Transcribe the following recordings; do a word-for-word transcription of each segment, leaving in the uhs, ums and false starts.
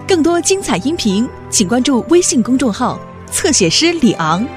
更多精彩音频，请关注微信公众号“侧写师李昂”。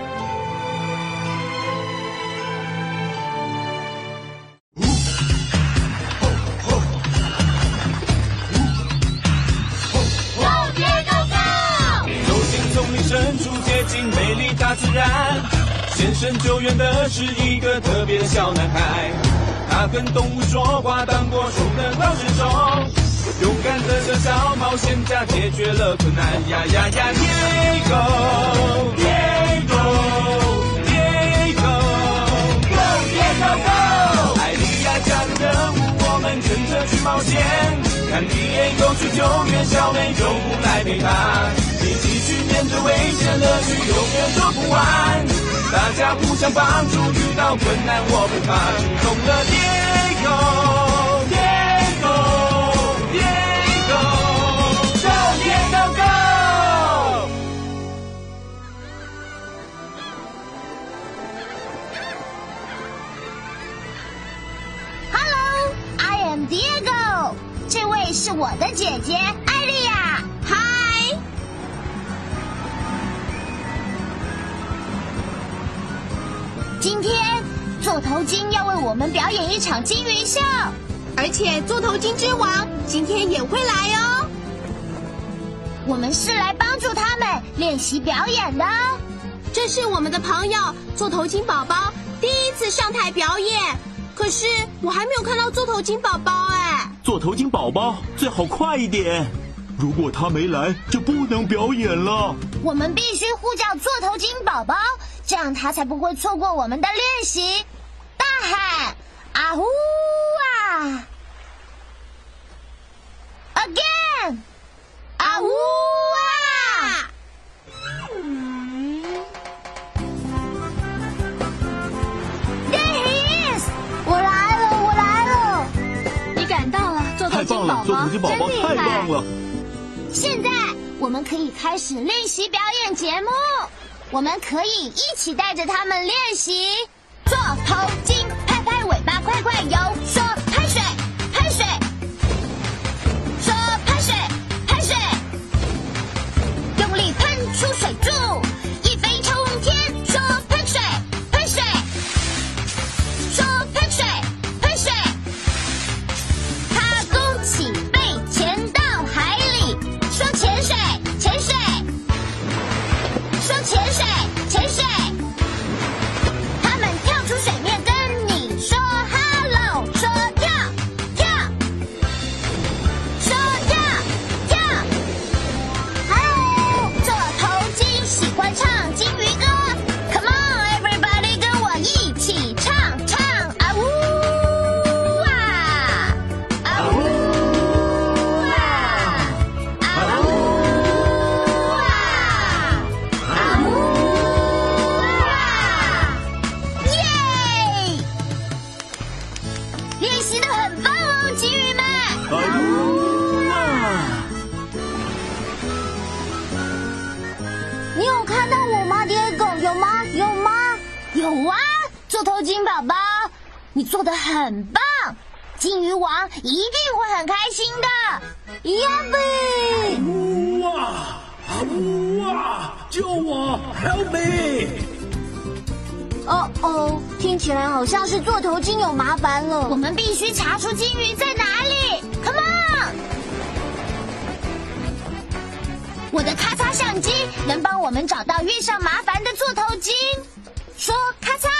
美丽大自然，现身救援的是一个特别的小男孩。他跟动物说话，当过虫的老师手，勇敢的个小冒险家，解决了困难呀呀呀 ！Diego Diego Diego Go Diego Go！ 艾莉亚加入任务，我们跟着去冒险，看一眼有去救援，小美救护来陪他。一起去面对危险，乐趣永远做不完。大家互相帮助，遇到困难我不怕，出动了 Diego Diego Diego Go Diego Go！ Hello, I am Diego。这位是我的姐姐艾莉亚。嗨。今天座头鲸要为我们表演一场鲸鱼秀， 而且座头鲸之王今天也会来哦。 我们是来帮助他们练习表演的。 这是我们的朋友座头鲸宝宝第一次上台表演，可是我还没有看到座头鲸宝宝哎。 座头鲸宝宝最好快一点，如果他没来就不能表演了。 我们必须呼叫座头鲸宝宝，这样他才不会错过我们的练习。大喊啊呼啊 ！Again， 啊呼啊！嗯 There he is！ 我来了，我来了！ 你赶到了，座头鲸宝宝， 座头鲸宝宝太棒了！ 现在我们可以开始练习表演节目。我们可以一起带着他们练习座头鲸，拍拍尾巴，快快游，说拍水，拍水，说拍水，拍水，用力喷出水柱，一飞冲天，说喷水，喷水，说喷水，喷水，他弓起背潜到海里，说潜水，潜水。说潜水，潜水，他们跳出水面跟你说 hello， 说跳，跳，说跳，跳 ，hello， 座头鲸喜欢唱鲸鱼歌 ，come on everybody， 跟我一起唱唱啊呜啊，啊呜啊，啊呜。练习得很棒哦，鲸鱼们！ 啊呜啊！ 你有看到我吗，Diego？有吗？有吗？有啊！座头鲸宝宝，你做得很棒，鲸鱼王一定会很开心的。呀呗！ 啊呜啊！啊呜啊！救我 ！Help me！ 哦哦，听起来好像是座头鲸有麻烦了。我们必须查出鲸鱼在哪里。Come on！ 我的咔嚓相机能帮我们找到遇上麻烦的座头鲸。说咔嚓，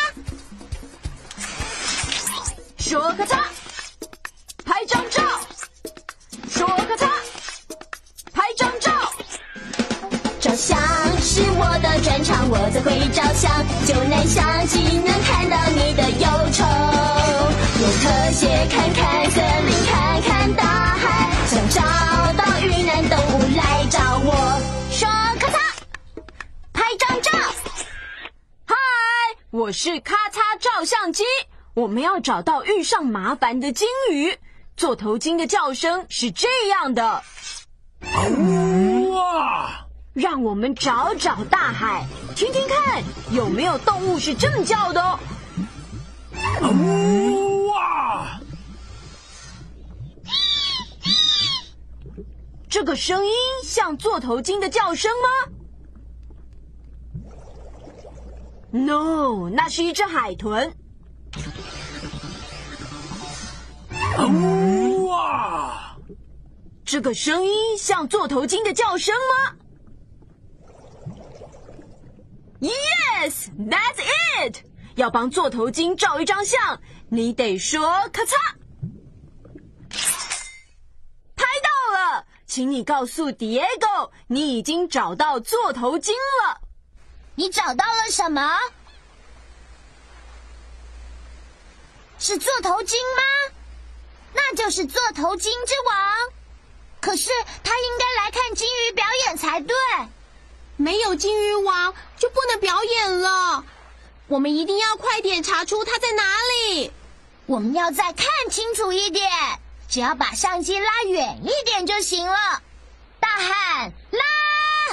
说咔嚓，拍张照，说咔嚓，拍张照。 照相是我的专长，我最会照相，就拿相机能看到你的忧愁。用特写看看森林，看看大海，想找到遇难动物来找我。说咔嚓，拍张照。 嗨，我是咔嚓照相机，我们要找到遇上麻烦的鲸鱼。座头鲸的叫声是这样的。 啊呜啊！ 让我们找找大海，听听看有没有动物是这么叫的哦。 啊呜啊！ 这个声音像座头鲸的叫声吗 ？No， 那是一只海豚。 哇！ 这个声音像座头鲸的叫声吗 ？Yes, that's it。要帮座头鲸照一张相，你得说咔嚓。拍到了，请你告诉 Diego， 你已经找到座头鲸了。 你找到了什么？是座头鲸吗？那就是座头鲸之王。可是他应该来看鲸鱼表演才对。 没有鲸鱼王就不能表演了。我们一定要快点查出他在哪里。 我们要再看清楚一点，只要把相机拉远一点就行了。大喊拉！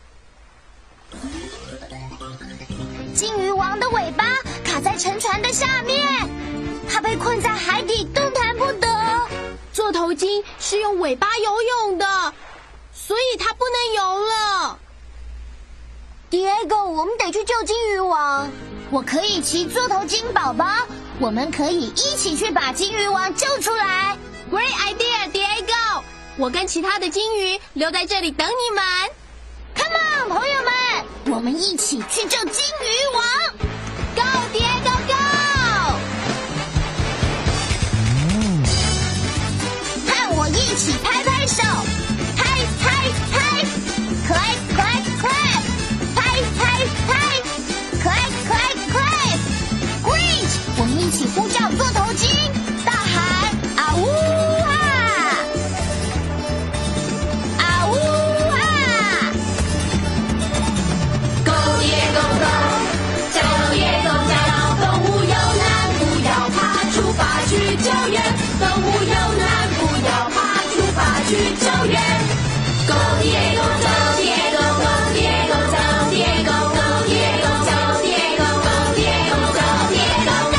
鲸鱼王的尾巴卡在沉船的下面，它被困在海底动弹不得。 座头鲸是用尾巴游泳的，所以它不能游了。 Diego， 我们得去救鲸鱼王。我可以骑座头鲸宝宝，我们可以一起去把鲸鱼王救出来。 Great idea, Diego！ 我跟其他的鲸鱼留在这里等你们。 Come on， 朋友们，我们一起去救鲸鱼王。Go Diego Go！ 和我一起拍拍手，拍拍拍 ，clap clap clap， 拍拍拍 ，clap clap clap。Great！ 我们一起呼叫座头鲸，大喊啊呜啊！啊呜啊 ！Go Diego Go！ 加油Diego加油！动物有难不要怕，出发去救援。动物有难不要怕，出发去救援。Go Diego Go Diego Go Diego Go Diego Go Diego Go Diego Go Diego Go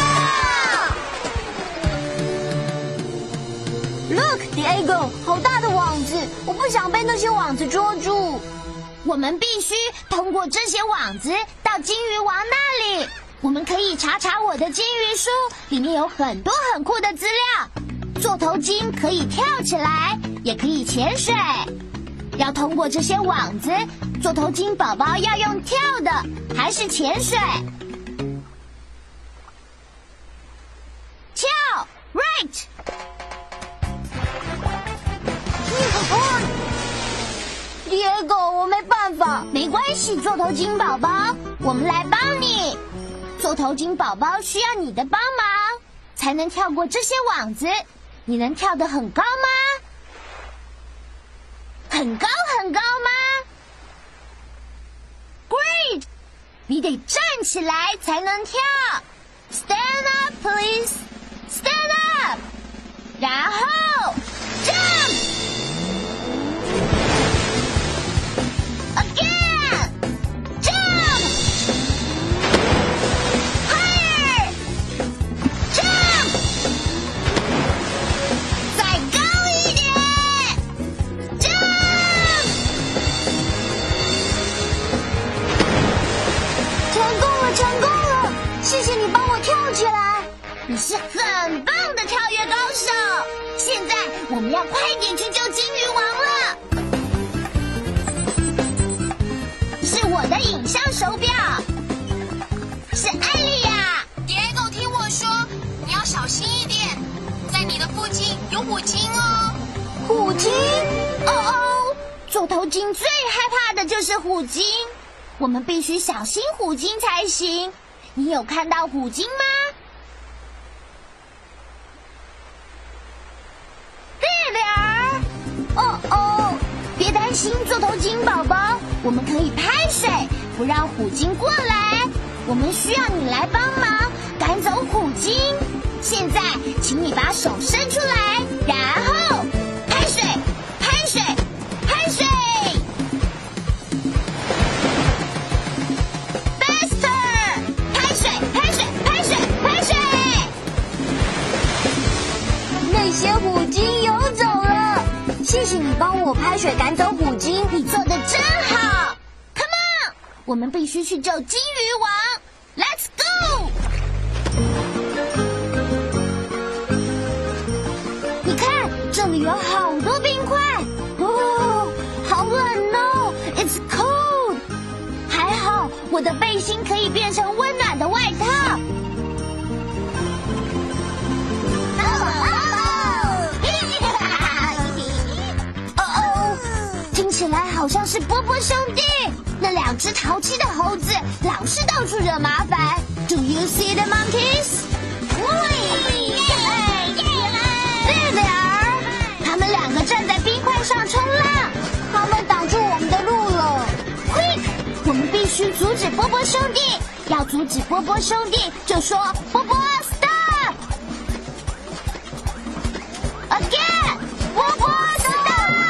Diego Go。 Look Diego， 好大的网子，我不想被那些网子捉住。我们必须通过这些网子到鲸鱼王那里。我们可以查查我的鲸鱼书，里面有很多很酷的资料。座头鲸可以跳起来，也可以潜水。要通过这些网子，座头鲸宝宝要用跳的还是潜水？跳 ，right。Diego， 我没办法。没关系，座头鲸宝宝，我们来帮你。座头鲸宝宝需要你的帮忙，才能跳过这些网子。你能跳得很高吗？很高很高吗 ？Great！ 你得站起来才能跳。Stand up, please. Stand up. 然后 jump. Again. Jump. Higher. Jump. 再高一点。Jump. 成功了，成功了！谢谢你帮我跳起来。你是很棒的跳跃高手。现在我们要快点去救鲸鱼王了。是我的影像手表，是艾莉亚。 Diego， 听我说，你要小心一点，在你的附近有虎鲸哦。 虎鲸？哦哦，座头鲸最害怕的就是虎鲸，我们必须小心虎鲸才行。你有看到虎鲸吗？贝贝尔，哦哦，别担心，座头鲸宝宝，我们可以拍水，不让虎鲸过来。我们需要你来帮忙赶走虎鲸。现在，请你把手伸出来，然后拍水，拍水，拍水。Faster！ 拍水，拍水，拍水，拍水。那些虎鲸游走了，谢谢你帮我拍水赶走虎鲸，你做的真好。Come on， 我们必须去救鲸鱼王。Let's go！ 你看，这里有好多冰块。哦，好冷哦 ！It's cold。还好，我的背心可以变成温暖的外套。起来好像是波波兄弟，那两只淘气的猴子老是到处惹麻烦。Do you see the monkeys？ 对的儿，他们两个站在冰块上冲浪，他们挡住我们的路了。Quick， 我们必须阻止波波兄弟。要阻止波波兄弟，就说波波 stop。Again， 波波 stop。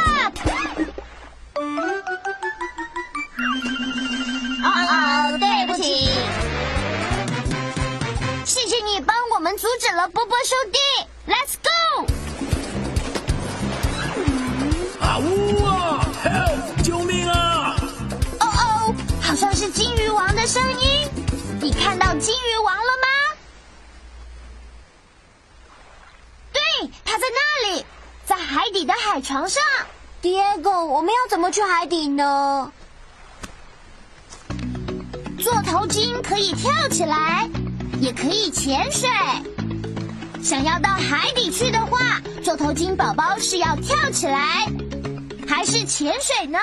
哦，对不起，谢谢你帮我们阻止了波波兄弟。Let's go！ 啊呜啊 ！Help！ 救命啊！ 哦哦，好像是鲸鱼王的声音。你看到鲸鱼王了吗？对，他在那里，在海底的海床上。Diego， 我们要怎么去海底呢？座头鲸可以跳起来，也可以潜水。想要到海底去的话，座头鲸宝宝是要跳起来，还是潜水呢？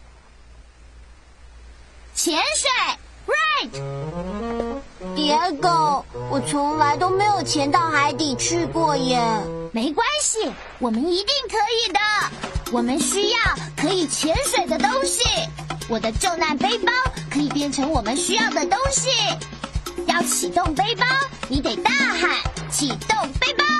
潜水 ，right。Diego， 我从来都没有潜到海底去过耶。没关系，我们一定可以的。我们需要可以潜水的东西。我的救难背包可以变成我们需要的东西。要启动背包，你得大喊“启动背包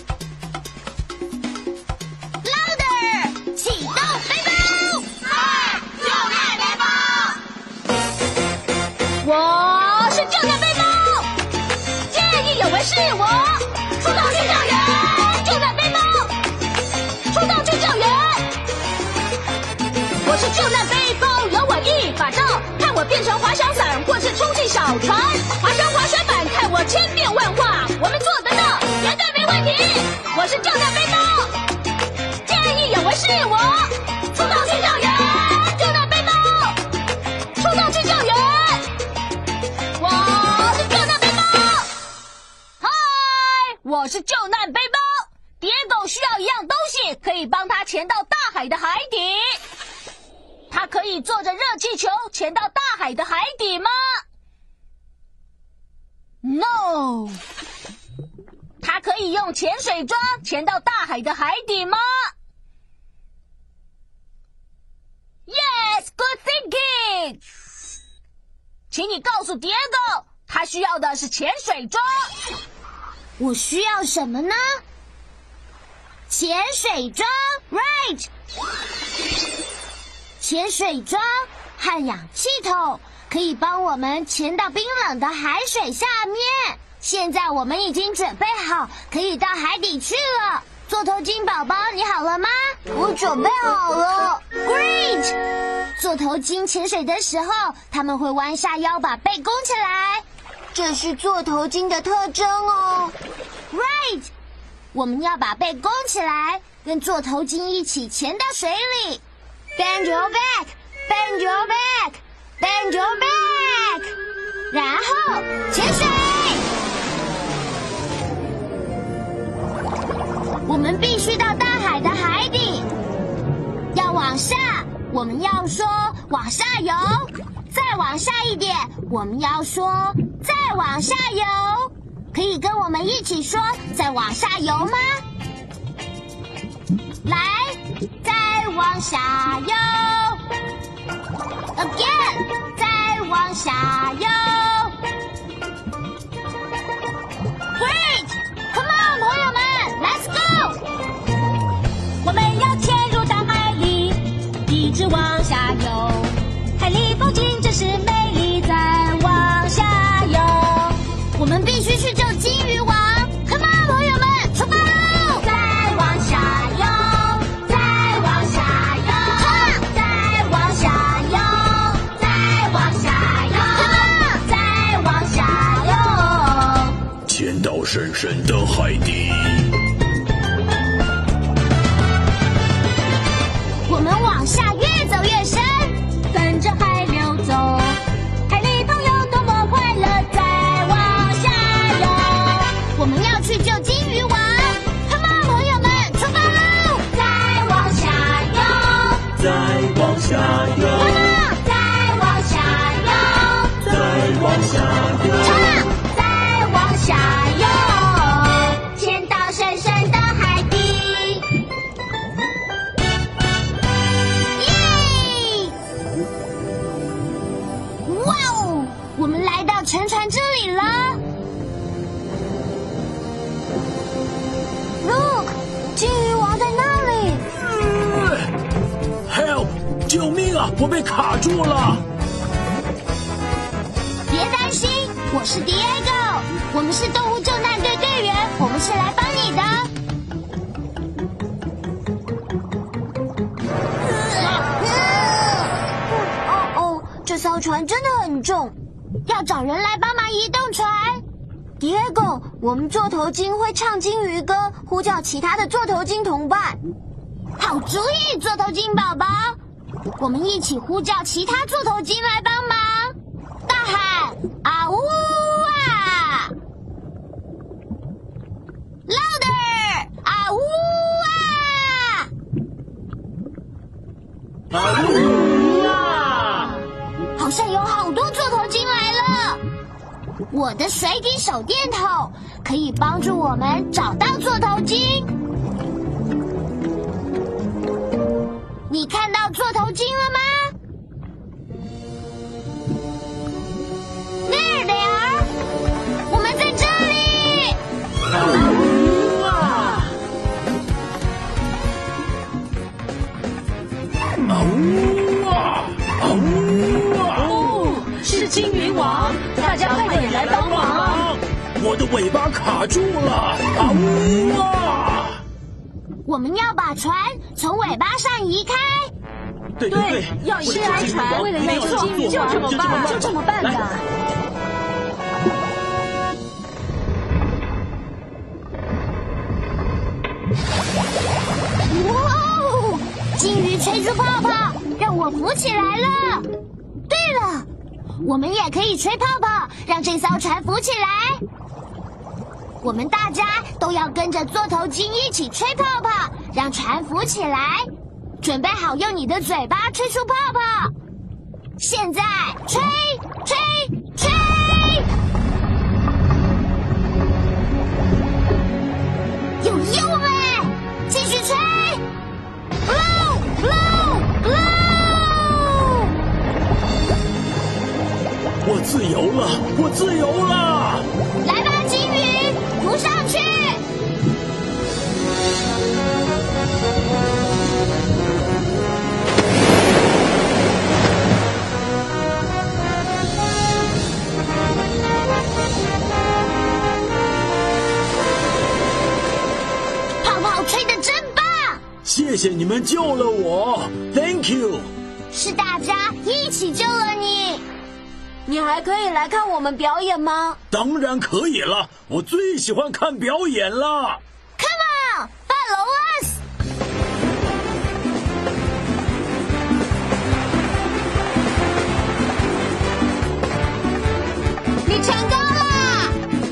”，louder！ 启动背包！嗨，救难背包！ 我是救难背包，见义勇为是我，出动去救援，救难背包，出动去救援。我是救难背包。有我一把刀，看我变成滑翔伞或是充气小船，滑翔滑水板，看我千变万化，我们做得到，绝对没问题。我是救难背包，见义勇为是我，出动去救援，救难背包，出动去救援。我是救难背包，嗨，我是救难背包。Diego需要一样东西，可以帮他潜到大海的海底。他可以坐着热气球潜到大海的海底吗 ？No。他可以用潜水装潜到大海的海底吗 ？Yes, good thinking。请你告诉 Diego， 他需要的是潜水装。 我需要什么呢？潜水装 ，right。潜水装和氧气筒可以帮我们潜到冰冷的海水下面。现在我们已经准备好，可以到海底去了。座头鲸宝宝，你好了吗？我准备好了。Great！ 座头鲸潜水的时候，他们会弯下腰，把背弓起来，这是座头鲸的特征哦。Right！ 我们要把背弓起来，跟座头鲸一起潜到水里。Bend your back, bend your back, bend your back， 然后潜水。我们必须到大海的海底，要往下，我们要说往下游；再往下一点，我们要说再往下游。可以跟我们一起说再往下游吗？来。再往下游 ，again， 再往下游 ，Great，Come on， 朋友们 ，Let's go！ 我们要潜入大海里，一直往下游，海里风景真是美丽，再往下游， 我们必须去救鲸鱼王 ，Come on， 朋友们，出发喽！ 再往下游，再往下下游， 再往下游， 再往下游。 唱，再往下游，潜到深深的海底。耶！哇哦，我们来到沉船这里了。Look， 金鱼王在那里。 Help！ 救命啊！我被卡住了。 别担心，我是 Diego， 我们是动物救难队队员，我们是来帮你的。哦哦，这艘船真的很重，要找人来帮忙移动船。Diego， 我们座头鲸会唱金鱼歌，呼叫其他的座头鲸同伴。好主意，座头鲸宝宝，我们一起呼叫其他座头鲸来帮忙。大喊啊呜啊 ！Louder 啊呜啊！ 啊呜啊！ 好像有好多座头鲸来了。我的水底手电筒可以帮助我们找到座头鲸。你看到座头鲸了吗？那儿的呀，我们在这里。 啊呜啊！啊呜啊！啊呜啊！ 哦，是金鱼王，大家快点来帮忙！ 我的尾巴卡住了！啊呜啊！ 我们要把船从尾巴上移开。 对对对， 要移开船，为了要救金鱼王，就这么办，就这么办的。 哇哦！金鱼吹出泡泡，让我浮起来了。对了，我们也可以吹泡泡，让这艘船浮起来。我们大家都要跟着座头鲸一起吹泡泡，让船浮起来。准备好用你的嘴巴吹出泡泡。现在吹吹吹！有用哎！继续吹 ！Blow blow blow！ 我自由了，我自由了！ 来吧，金鱼，浮上去！泡泡吹得真棒！ 谢谢你们救了我 ，Thank you。 是大家一起救了你。 你还可以来看我们表演吗？ 当然可以了，我最喜欢看表演了。 Come on, follow us！ 你成功了！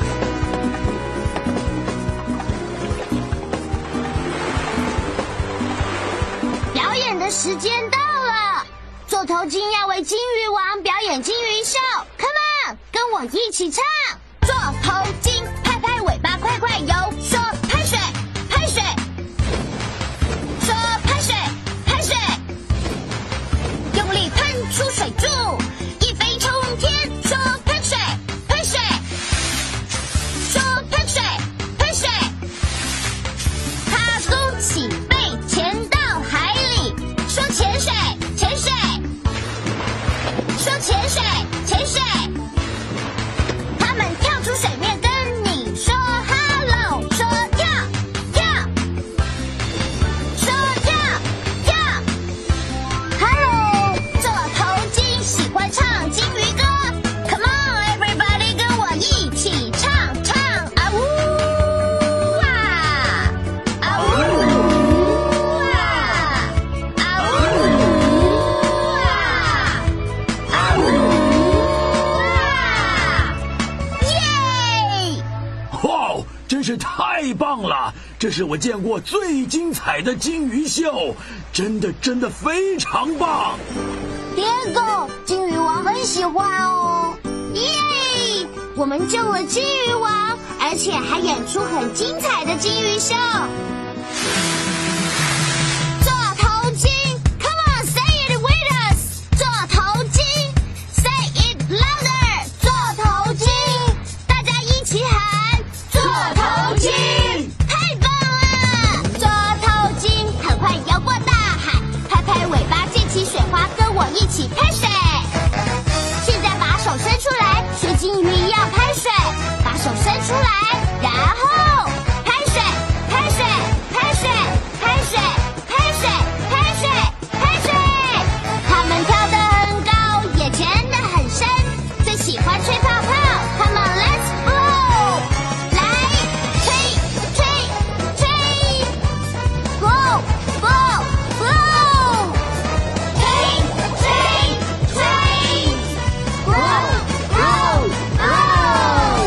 表演的时间到了，座头鲸要为金鱼王表演金鱼秀。Come on， 跟我一起唱。座头鲸拍拍尾巴，快快游，说拍水，拍水，说拍水，拍水，用力喷出水柱，一飞冲天，说喷水，喷水，说喷水，喷水，他弓起背潜到海里，说潜水，潜水，说潜水，潜水。他们跳出水面跟你说 hello， 说这是我见过最精彩的金鱼秀，真的真的非常棒。 天狗，金鱼王很喜欢哦。耶！我们救了金鱼王，而且还演出很精彩的金鱼秀。做头巾 ，Come on, say it with us。做头巾 ，Say it louder。做头巾，大家一起喊，做头巾，太棒了！做头巾，很快游过大海，拍拍尾巴，溅起水花，跟我一起拍水。现在把手伸出来，学金鱼一样拍水，把手伸出来，然后拍水，拍水，拍水，拍水，拍水，拍水，拍水。它们跳得很高，也潜得很深，最喜欢吹泡泡。Come on, let's blow！ 来，吹，吹，吹 ，blow, blow, blow！ 吹，吹，吹 ，blow, blow, blow！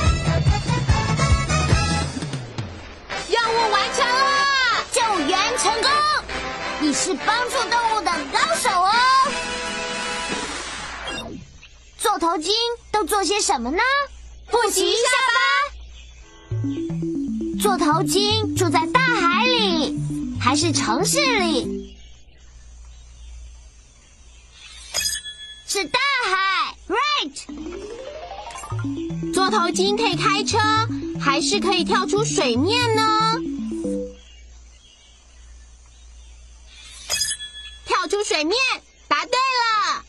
任务完成了， 救援成功！你是帮助动物的高手哦。做头巾都做些什么呢？复习一下吧。做头巾住在大海里，还是城市里？是大海 ，right？ 做头巾可以开车，还是可以跳出水面呢？跳出水面，答对了。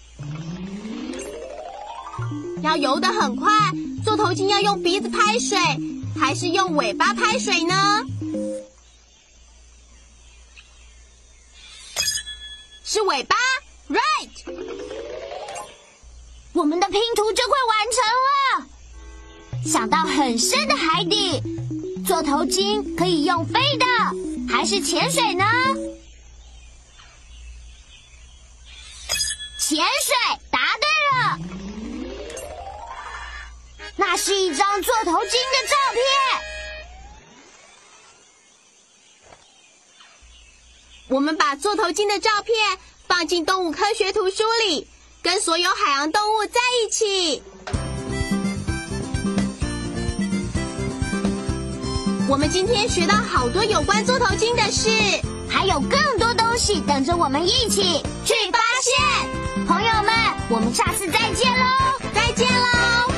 要游得很快，做头巾要用鼻子拍水，还是用尾巴拍水呢？是尾巴 ，right。 我们的拼图就快完成了。想到很深的海底，做头巾可以用飞的，还是潜水呢？潜水，答对了。那是一张做头巾的照片。 我们把做头巾的照片放进动物科学图书里，跟所有海洋动物在一起。我们今天学到好多有关做头巾的事， 还有更多东西等着我们一起去发现。朋友们，我们下次再见喽！ 再见喽！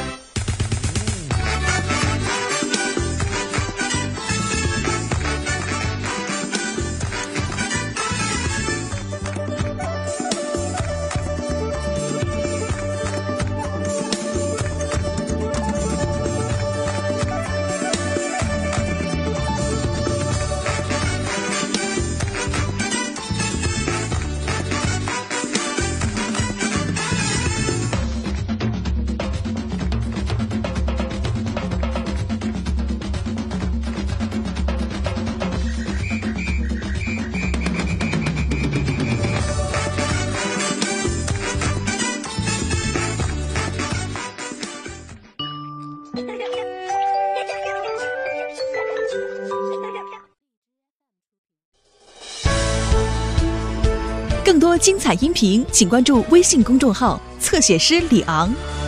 更多精彩音频，请关注微信公众号“侧写师李昂”。